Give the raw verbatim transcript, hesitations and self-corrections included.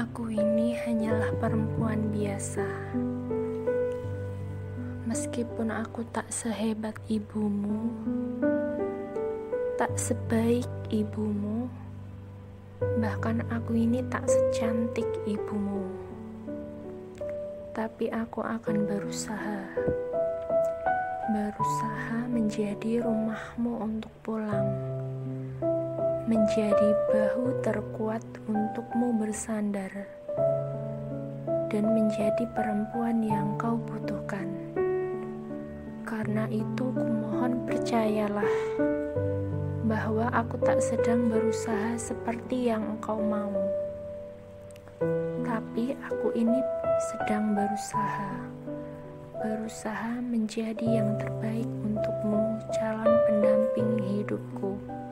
Aku ini hanyalah perempuan biasa. Meskipun aku tak sehebat ibumu, tak sebaik ibumu, bahkan aku ini tak secantik ibumu. Tapi aku akan berusaha, berusaha menjadi rumahmu untuk pulang, menjadi bahu terkuat untukmu bersandar, dan menjadi perempuan yang kau butuhkan. Karena itu kumohon percayalah bahwa aku tak sedang berusaha seperti yang engkau mau, tapi aku ini sedang berusaha berusaha menjadi yang terbaik untukmu, calon pendamping hidupku.